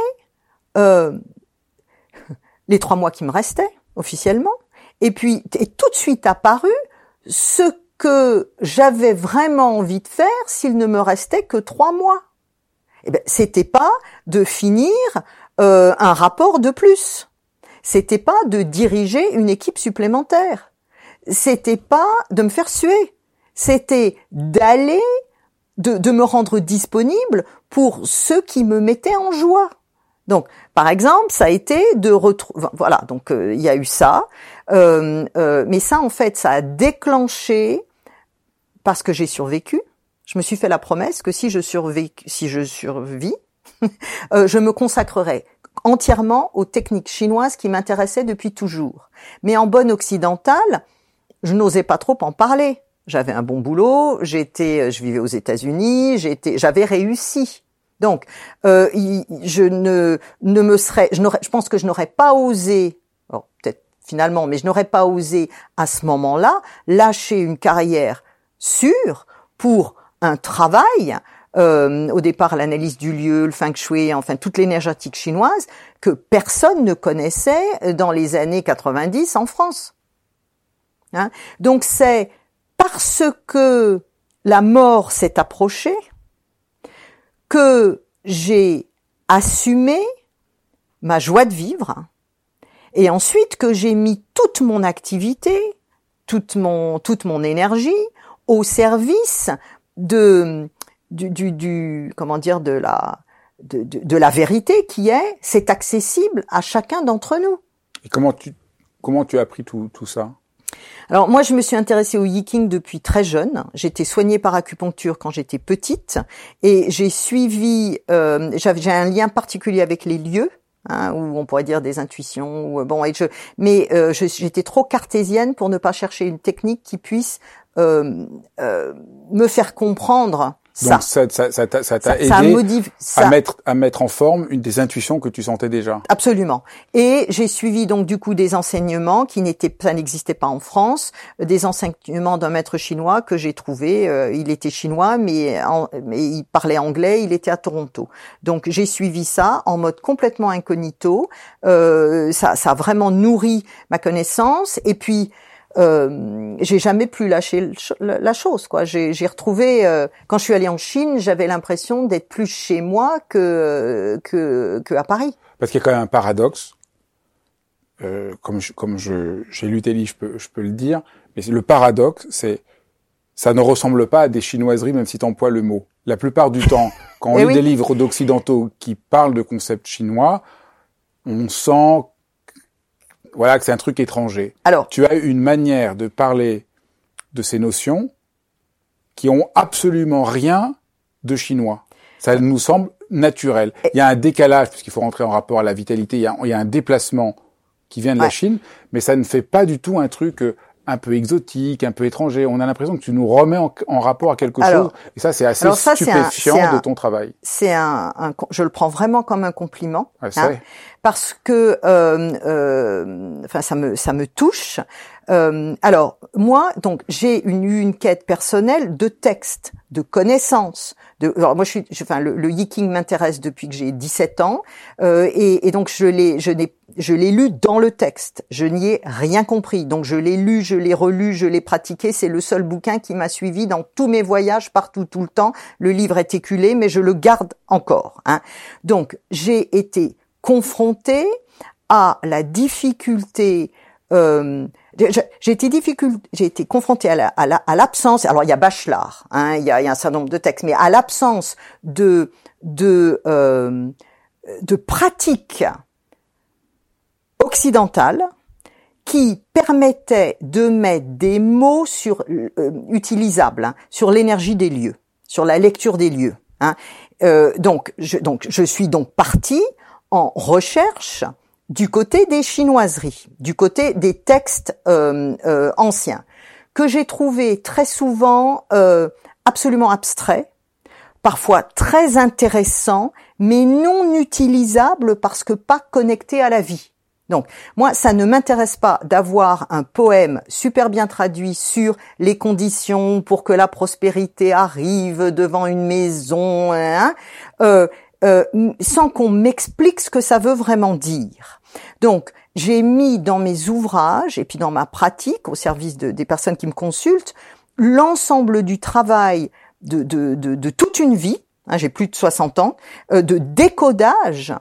les 3 mois qui me restaient officiellement, et puis est tout de suite apparu ce que j'avais vraiment envie de faire s'il ne me restait que 3 mois. Eh ben, c'était pas de finir un rapport de plus. C'était pas de diriger une équipe supplémentaire. C'était pas de me faire suer. C'était d'aller, de me rendre disponible pour ceux qui me mettaient en joie. Donc, par exemple, ça a été de retrouver, voilà, donc il y a eu ça, mais ça, en fait, ça a déclenché, parce que j'ai survécu, je me suis fait la promesse que si je survis, je me consacrerai entièrement aux techniques chinoises qui m'intéressaient depuis toujours. Mais en bonne occidentale, je n'osais pas trop en parler. J'avais un bon boulot, je vivais aux États-Unis, j'avais réussi. Donc, je pense que je n'aurais pas osé, alors peut-être finalement, mais je n'aurais pas osé à ce moment-là lâcher une carrière sûre pour un travail. Au départ, l'analyse du lieu, le feng shui, enfin toute l'énergétique chinoise que personne ne connaissait dans les années 90 en France. Hein? Donc c'est parce que la mort s'est approchée que j'ai assumé ma joie de vivre et ensuite que j'ai mis toute mon activité, toute mon énergie au service de la vérité qui est, c'est accessible à chacun d'entre nous. Et comment tu as appris tout ça? Alors moi, je me suis intéressée au Yiking depuis très jeune. J'étais soignée par acupuncture quand j'étais petite et j'ai suivi. J'ai un lien particulier avec les lieux, hein, où on pourrait dire des intuitions. J'étais trop cartésienne pour ne pas chercher une technique qui puisse me faire comprendre. Donc ça t'a aidé à mettre en forme une des intuitions que tu sentais déjà. Absolument. Et j'ai suivi donc du coup des enseignements ça n'existait pas en France, des enseignements d'un maître chinois que j'ai trouvé. Il était chinois, mais il parlait anglais. Il était à Toronto. Donc j'ai suivi ça en mode complètement incognito. Ça a vraiment nourri ma connaissance. Et puis j'ai jamais plus lâché la chose, quoi. J'ai retrouvé quand je suis allée en Chine, j'avais l'impression d'être plus chez moi que à Paris. Parce qu'il y a quand même un paradoxe. Comme j'ai lu tes livres, je peux le dire. Mais le paradoxe, c'est ça ne ressemble pas à des chinoiseries, même si tu emploies le mot. La plupart du temps, quand on lit des livres d'occidentaux qui parlent de concepts chinois, on sent que c'est un truc étranger. Alors, tu as une manière de parler de ces notions qui ont absolument rien de chinois. Ça nous semble naturel. Il y a un décalage, puisqu'il faut rentrer en rapport à la vitalité, il y a un déplacement qui vient de la Chine, mais ça ne fait pas du tout un truc un peu exotique, un peu étranger. On a l'impression que tu nous remets en rapport à quelque chose, et ça, c'est assez stupéfiant de ton travail. Je le prends vraiment comme un compliment, parce que, ça me touche. Alors, moi, donc, j'ai eu une quête personnelle de texte, de connaissances. Alors moi, le Yiking m'intéresse depuis que j'ai 17 ans, et donc je l'ai lu dans le texte. Je n'y ai rien compris. Donc je l'ai lu, je l'ai relu, je l'ai pratiqué. C'est le seul bouquin qui m'a suivi dans tous mes voyages, partout, tout le temps. Le livre est éculé, mais je le garde encore, hein. Donc j'ai été confrontée à la difficulté. J'ai été confrontée à l'absence. Alors il y a Bachelard, hein, il y a un certain nombre de textes, mais à l'absence de pratiques occidentales qui permettaient de mettre des mots utilisables, hein, sur l'énergie des lieux, sur la lecture des lieux, hein. Donc je suis donc partie en recherche du côté des chinoiseries, du côté des textes anciens, que j'ai trouvé très souvent absolument abstraits, parfois très intéressants, mais non utilisables parce que pas connectés à la vie. Donc, moi, ça ne m'intéresse pas d'avoir un poème super bien traduit sur les conditions pour que la prospérité arrive devant une maison, hein, sans qu'on m'explique ce que ça veut vraiment dire. Donc, j'ai mis dans mes ouvrages et puis dans ma pratique au service des personnes qui me consultent l'ensemble du travail de toute une vie, hein, j'ai plus de 60 ans, de décodage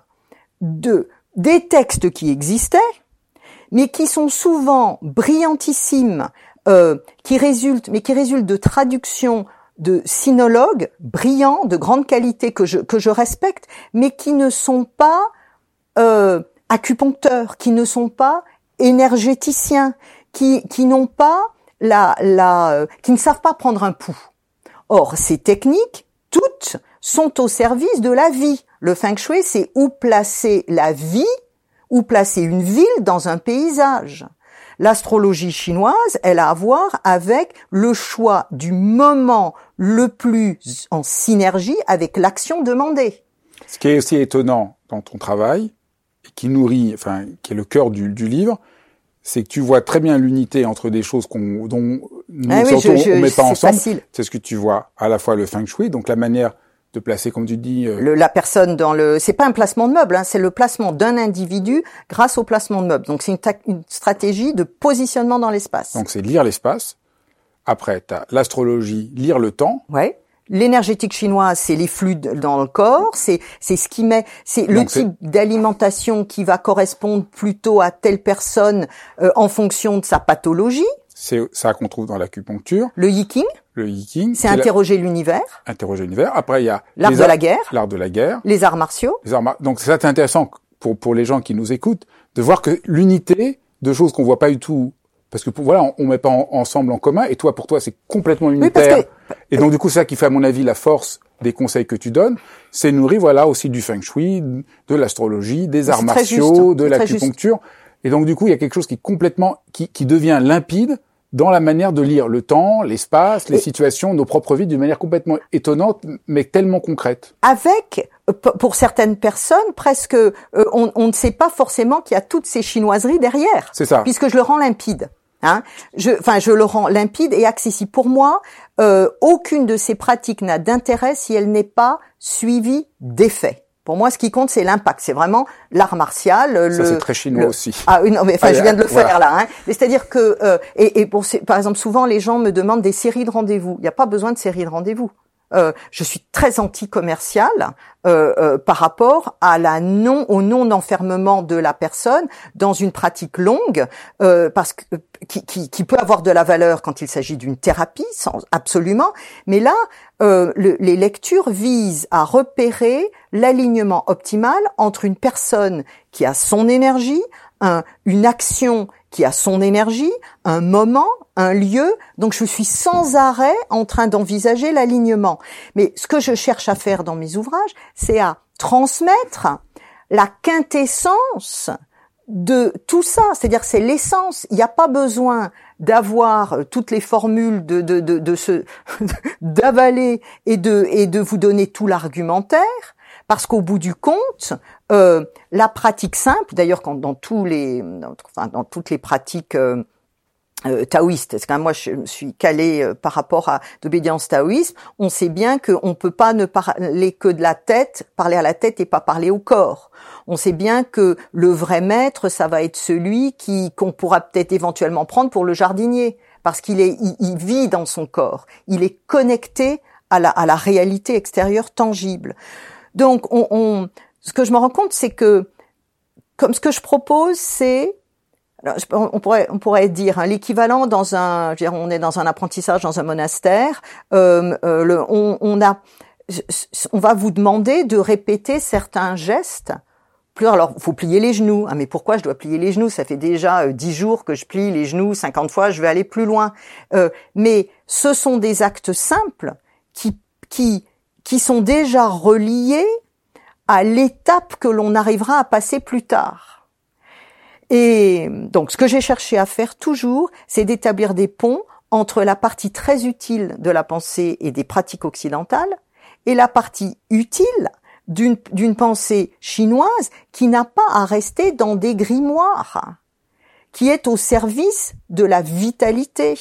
des textes qui existaient, mais qui sont souvent brillantissimes, qui résultent de traductions de sinologues brillants, de grande qualité que je respecte, mais qui ne sont pas acupuncteurs, qui ne sont pas énergéticiens, qui n'ont pas qui ne savent pas prendre un pouls. Or, ces techniques, toutes, sont au service de la vie. Le Feng Shui, c'est où placer la vie, où placer une ville dans un paysage. L'astrologie chinoise, elle a à voir avec le choix du moment le plus en synergie avec l'action demandée. Ce qui est aussi étonnant dans ton travail, et qui nourrit, qui est le cœur du livre, c'est que tu vois très bien l'unité entre des choses dont nous, on met pas ensemble. Facile. C'est ce que tu vois, à la fois le Feng Shui, donc la manière de placer, comme tu dis... la personne c'est pas un placement de meuble, hein, c'est le placement d'un individu grâce au placement de meuble. Donc c'est une stratégie de positionnement dans l'espace. Donc c'est lire l'espace. Après, t'as l'astrologie, lire le temps. Ouais. L'énergétique chinoise, c'est les flux dans le corps, c'est ce qui c'est le type d'alimentation qui va correspondre plutôt à telle personne en fonction de sa pathologie. c'est ça qu'on trouve dans l'acupuncture. Le Yiking. Le Yiking. C'est interroger l'univers. Interroger l'univers. Après, il y a l'art de la guerre. L'art de la guerre. Les arts martiaux. Donc, c'est intéressant pour les gens qui nous écoutent de voir que l'unité de choses qu'on voit pas du tout, parce que on met pas ensemble en commun, et pour toi, c'est complètement unitaire. Oui, et donc, du coup, c'est ça qui fait, à mon avis, la force des conseils que tu donnes, c'est nourri, aussi du feng shui, de l'astrologie, des arts martiaux, de l'acupuncture. Et donc, du coup, il y a quelque chose qui est complètement, qui devient limpide dans la manière de lire le temps, l'espace, les situations, nos propres vies d'une manière complètement étonnante, mais tellement concrète. Avec, pour certaines personnes, presque, on ne sait pas forcément qu'il y a toutes ces chinoiseries derrière. C'est ça. Puisque je le rends limpide. Je le rends limpide et accessible. Pour moi, aucune de ces pratiques n'a d'intérêt si elle n'est pas suivie d'effets. Pour moi, ce qui compte, c'est l'impact. C'est vraiment l'art martial. Ça, c'est très chinois aussi. Ah oui, non, mais je viens de le faire là. C'est-à-dire que, par exemple, souvent les gens me demandent des séries de rendez-vous. Il n'y a pas besoin de séries de rendez-vous. Je suis très anti-commerciale par rapport à au non-enfermement de la personne dans une pratique longue, parce que qui peut avoir de la valeur quand il s'agit d'une thérapie, absolument. Mais là, les lectures visent à repérer l'alignement optimal entre une personne qui a son énergie, une action qui a son énergie, un moment, un lieu. Donc je suis sans arrêt en train d'envisager l'alignement. Mais ce que je cherche à faire dans mes ouvrages, c'est à transmettre la quintessence de tout ça. C'est-à-dire c'est l'essence. Il n'y a pas besoin d'avoir toutes les formules d'avaler et de vous donner tout l'argumentaire. Parce qu'au bout du compte, la pratique simple, d'ailleurs, dans toutes les pratiques taoïstes, parce que moi je me suis calée par rapport à d'obédience taoïsme, on sait bien qu'on peut pas ne parler que de la tête, parler à la tête et pas parler au corps. On sait bien que le vrai maître, ça va être celui qu'on pourra peut-être éventuellement prendre pour le jardinier, parce il vit dans son corps, il est connecté à la réalité extérieure tangible. Donc, ce que je me rends compte, c'est que, comme ce que je propose, c'est, on pourrait dire, l'équivalent on est dans un apprentissage dans un monastère, on va vous demander de répéter certains gestes. Alors, faut plier les genoux. Ah, mais pourquoi je dois plier les genoux? Ça fait déjà 10 jours que je plie les genoux, 50 fois, je vais aller plus loin. Mais ce sont des actes simples qui sont déjà reliés à l'étape que l'on arrivera à passer plus tard. Et donc, ce que j'ai cherché à faire toujours, c'est d'établir des ponts entre la partie très utile de la pensée et des pratiques occidentales et la partie utile d'une pensée chinoise qui n'a pas à rester dans des grimoires, qui est au service de la vitalité.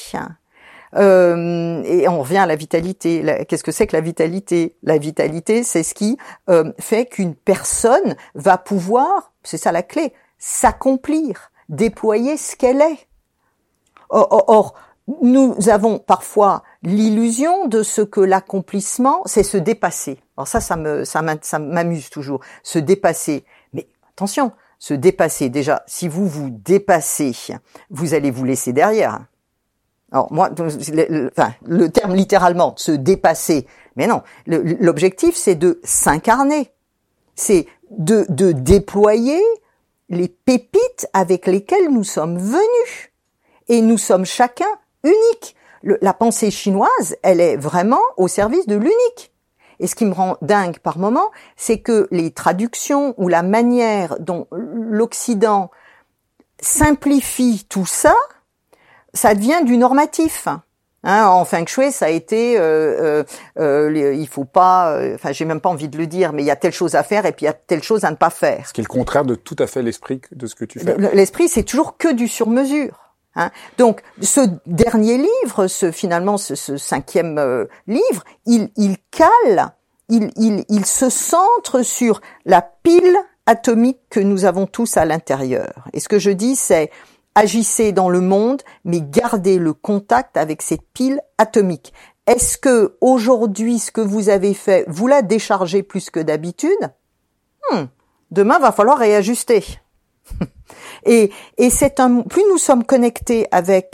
Et on revient à la vitalité. Qu'est-ce que c'est que la vitalité? La vitalité, c'est ce qui fait qu'une personne va pouvoir, c'est ça la clé, s'accomplir, déployer ce qu'elle est. Or, nous avons parfois l'illusion de ce que l'accomplissement, c'est se dépasser. Alors ça m'amuse toujours, se dépasser. Mais attention, se dépasser, déjà, si vous vous dépassez, vous allez vous laisser derrière. Alors moi, le terme littéralement, se dépasser, mais non, l'objectif c'est de s'incarner, c'est de déployer les pépites avec lesquelles nous sommes venus, et nous sommes chacun uniques. La pensée chinoise, elle est vraiment au service de l'unique. Et ce qui me rend dingue par moment, c'est que les traductions ou la manière dont l'Occident simplifie tout ça, ça devient du normatif. En feng shui, ça a été, il faut pas, j'ai même pas envie de le dire, mais il y a telle chose à faire et puis il y a telle chose à ne pas faire. Ce qui est le contraire de tout à fait l'esprit de ce que tu fais. L'esprit, c'est toujours que du sur-mesure. Donc, ce dernier livre, ce 5e livre, il cale, il se centre sur la pile atomique que nous avons tous à l'intérieur. Et ce que je dis, c'est agissez dans le monde, mais gardez le contact avec cette pile atomique. Est-ce que aujourd'hui, ce que vous avez fait, vous la déchargez plus que d'habitude? Demain, va falloir réajuster. Et plus nous sommes connectés avec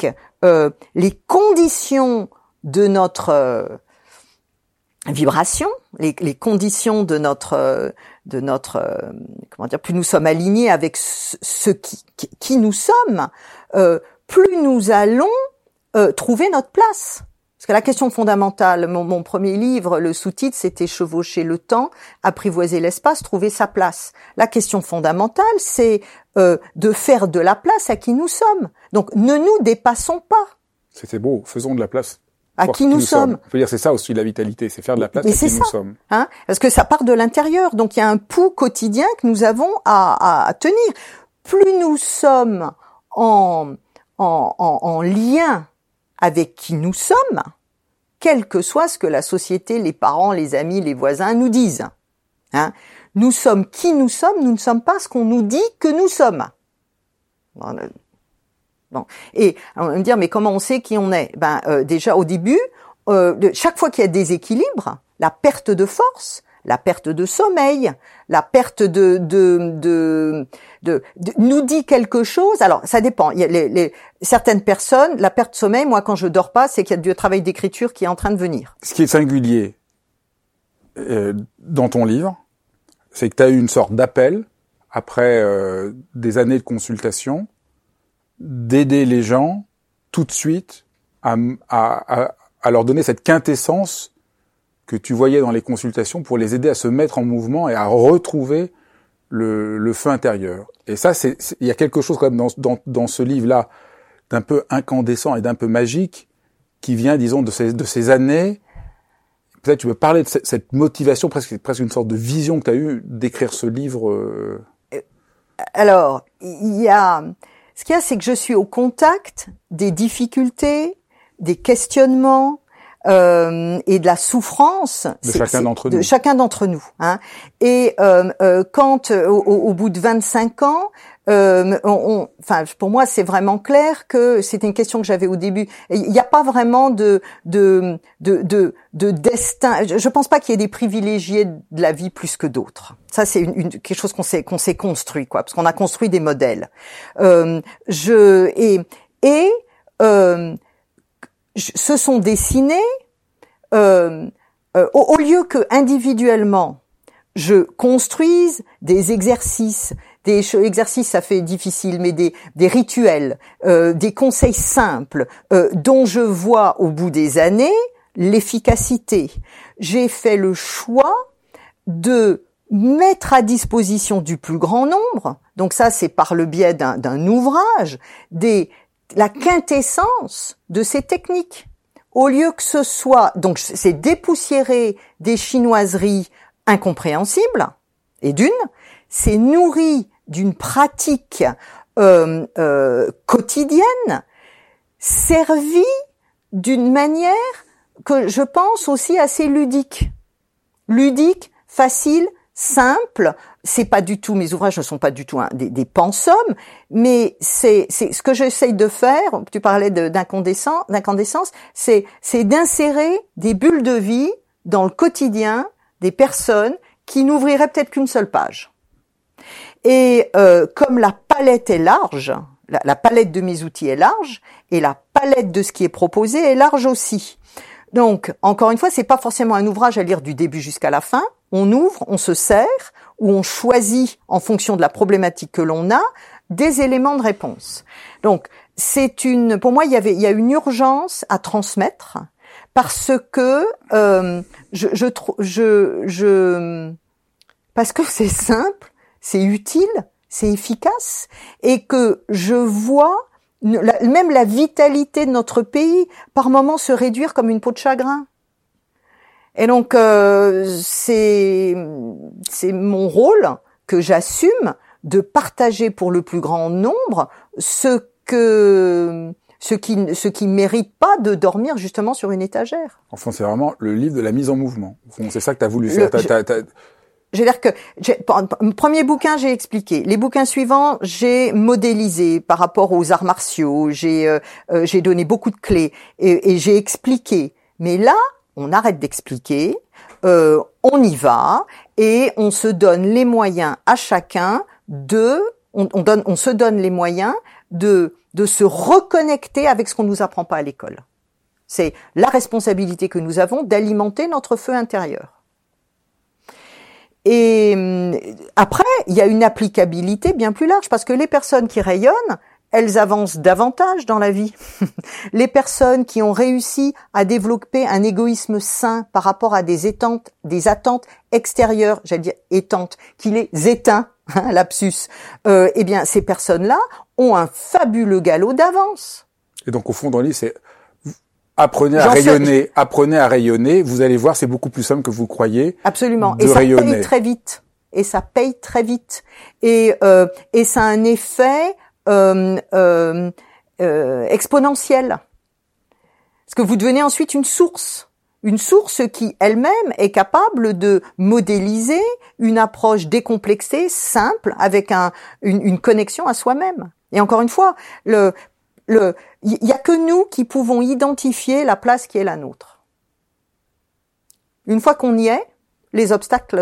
les conditions de notre vibration, les conditions de notre comment dire, plus nous sommes alignés avec ce qui nous sommes, plus nous allons trouver notre place. Parce que la question fondamentale, mon premier livre, le sous-titre, c'était chevaucher le temps, apprivoiser l'espace, trouver sa place. La question fondamentale, c'est de faire de la place à qui nous sommes. Donc, ne nous dépassons pas. C'était beau, faisons de la place. À qui nous sommes. Je veux dire, c'est ça aussi la vitalité, c'est faire de la place à qui nous sommes. Hein, parce que ça part de l'intérieur. Donc, il y a un pouls quotidien que nous avons à tenir. Plus nous sommes en lien avec qui nous sommes, quel que soit ce que la société, les parents, les amis, les voisins nous disent. Hein, nous sommes qui nous sommes, nous ne sommes pas ce qu'on nous dit que nous sommes. Bon. Et on va me dire, mais comment on sait qui on est? Déjà au début, chaque fois qu'il y a déséquilibre, la perte de force, la perte de sommeil, la perte de nous dit quelque chose. Alors ça dépend. Il y a certaines personnes, la perte de sommeil, moi quand je dors pas, c'est qu'il y a du travail d'écriture qui est en train de venir. Ce qui est singulier dans ton livre, c'est que tu as eu une sorte d'appel après des années de consultation, d'aider les gens tout de suite à leur donner cette quintessence que tu voyais dans les consultations pour les aider à se mettre en mouvement et à retrouver le feu intérieur. Et ça, il y a quelque chose quand même dans ce livre-là d'un peu incandescent et d'un peu magique qui vient, disons, de ces années. Peut-être tu peux parler de cette motivation, presque une sorte de vision que tu as eue d'écrire ce livre. Alors, ce qu'il y a, c'est que je suis au contact des difficultés, des questionnements, et de la souffrance de chacun d'entre nous. Hein. Et quand au bout de 25 ans, pour moi c'est vraiment clair que c'était une question que j'avais au début. Il n'y a pas vraiment de destin. Je pense pas qu'il y ait des privilégiés de la vie plus que d'autres. Ça c'est quelque chose qu'on s'est construit, quoi, parce qu'on a construit des modèles. Se sont dessinés au lieu que individuellement je construise des exercices, ça fait difficile, mais des rituels, des conseils simples dont je vois au bout des années l'efficacité. J'ai fait le choix de mettre à disposition du plus grand nombre, donc ça c'est par le biais d'un ouvrage, la quintessence de ces techniques. Au lieu que ce soit, donc c'est dépoussiérer des chinoiseries incompréhensibles, et c'est nourri d'une pratique quotidienne, servie d'une manière que je pense aussi assez ludique. Ludique, facile, simple. C'est pas du tout, mes ouvrages ne sont pas du tout des pensums, mais c'est ce que j'essaye de faire. Tu parlais d'incandescence, c'est d'insérer des bulles de vie dans le quotidien des personnes qui n'ouvriraient peut-être qu'une seule page. Et comme la palette est large, la palette de mes outils est large, et la palette de ce qui est proposé est large aussi. Donc, encore une fois, c'est pas forcément un ouvrage à lire du début jusqu'à la fin. On ouvre, on se sert, ou on choisit, en fonction de la problématique que l'on a, des éléments de réponse. Donc, pour moi, il y a une urgence à transmettre, parce que parce que c'est simple, c'est utile, c'est efficace, et que je vois même la vitalité de notre pays par moments se réduire comme une peau de chagrin. Et donc c'est mon rôle que j'assume de partager pour le plus grand nombre ce qui mérite pas de dormir justement sur une étagère. Enfin, c'est vraiment le livre de la mise en mouvement. C'est ça que tu as voulu faire. Je veux dire que premier bouquin, j'ai expliqué. Les bouquins suivants, j'ai modélisé par rapport aux arts martiaux. J'ai donné beaucoup de clés et j'ai expliqué. Mais là, on arrête d'expliquer, on y va et on se donne les moyens à chacun on se donne les moyens de de se reconnecter avec ce qu'on nous apprend pas à l'école. C'est la responsabilité que nous avons d'alimenter notre feu intérieur. Et après, il y a une applicabilité bien plus large, parce que les personnes qui rayonnent, elles avancent davantage dans la vie. Les personnes qui ont réussi à développer un égoïsme sain par rapport à des attentes extérieures, j'allais dire étantes, qui les éteint, lapsus, eh bien, ces personnes-là ont un fabuleux galop d'avance. Et donc, au fond, dans le livre, c'est apprenez à rayonner, vous allez voir, c'est beaucoup plus simple que vous croyez. Absolument. Et ça paye très vite. Et ça paye très vite. Et ça a un effet exponentielle. Parce que vous devenez ensuite une source qui elle-même est capable de modéliser une approche décomplexée, simple, avec une connexion à soi-même. Et encore une fois, il y a que nous qui pouvons identifier la place qui est la nôtre. Une fois qu'on y est, les obstacles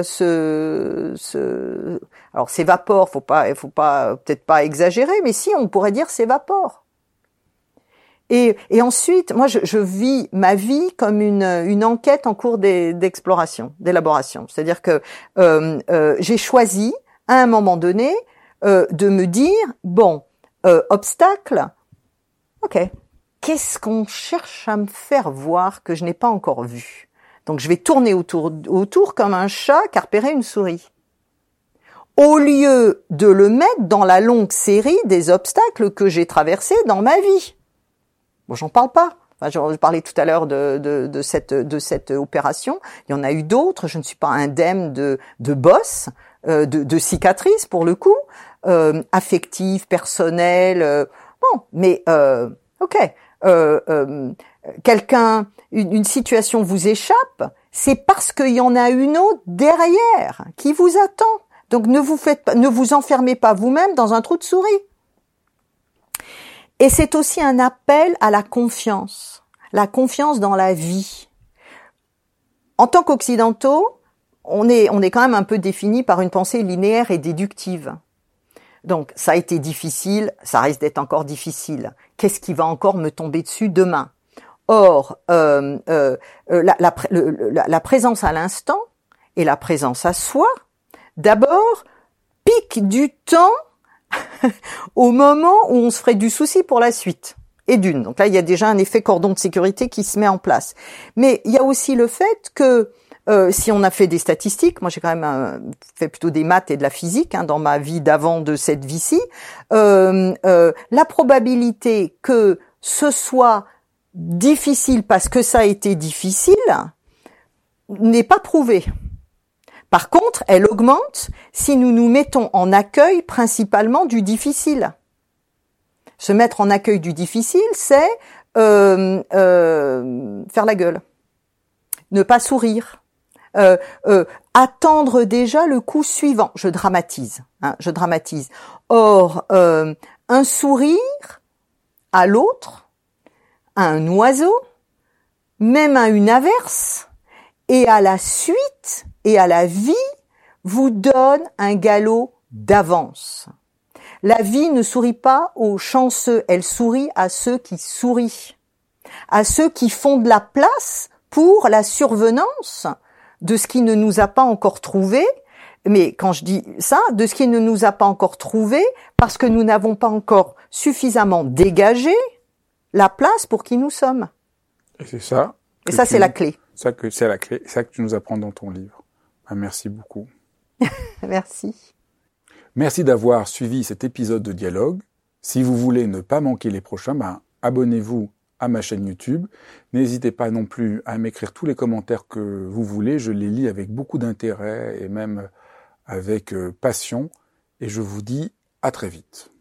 alors s'évaporent, faut pas peut-être pas exagérer, mais si, on pourrait dire s'évaporent. Et ensuite, moi, je vis ma vie comme une enquête en cours d'exploration, d'élaboration. C'est-à-dire que j'ai choisi, à un moment donné, de me dire, bon, obstacle, ok, qu'est-ce qu'on cherche à me faire voir que je n'ai pas encore vu? Donc je vais tourner autour comme un chat qui a repéré une souris. Au lieu de le mettre dans la longue série des obstacles que j'ai traversés dans ma vie. Bon, j'en parle pas. Enfin, je parlais tout à l'heure de cette opération. Il y en a eu d'autres. Je ne suis pas indemne de bosses, de cicatrices pour le coup, affectives, personnelles. Bon, mais ok. Une situation vous échappe, c'est parce qu'il y en a une autre derrière qui vous attend. Donc ne vous enfermez pas vous-même dans un trou de souris. Et c'est aussi un appel à la confiance dans la vie. En tant qu'occidentaux, on est quand même un peu défini par une pensée linéaire et déductive. Donc ça a été difficile, ça risque d'être encore difficile. Qu'est-ce qui va encore me tomber dessus demain? Or, la présence à l'instant et la présence à soi, d'abord, pique du temps au moment où on se ferait du souci pour la suite. Et d'une. Donc là, il y a déjà un effet cordon de sécurité qui se met en place. Mais il y a aussi le fait que si on a fait des statistiques, moi j'ai quand même fait plutôt des maths et de la physique dans ma vie d'avant de cette vie-ci, la probabilité que ce soit difficile parce que ça a été difficile n'est pas prouvée. Par contre, elle augmente si nous nous mettons en accueil principalement du difficile. Se mettre en accueil du difficile, c'est faire la gueule, ne pas sourire, attendre déjà le coup suivant. Je dramatise. Or, un sourire à l'autre, à un oiseau, même à une averse, et à la suite et à la vie, vous donne un galop d'avance. La vie ne sourit pas aux chanceux, elle sourit à ceux qui sourient, à ceux qui font de la place pour la survenance de ce qui ne nous a pas encore trouvé. Mais quand je dis ça, de ce qui ne nous a pas encore trouvé, parce que nous n'avons pas encore suffisamment dégagé la place pour qui nous sommes. Et c'est ça. Et ça, c'est la clé. C'est la clé. C'est ça que tu nous apprends dans ton livre. Merci beaucoup. Merci. Merci d'avoir suivi cet épisode de Dialogue. Si vous voulez ne pas manquer les prochains, abonnez-vous à ma chaîne YouTube. N'hésitez pas non plus à m'écrire tous les commentaires que vous voulez. Je les lis avec beaucoup d'intérêt et même avec passion. Et je vous dis à très vite.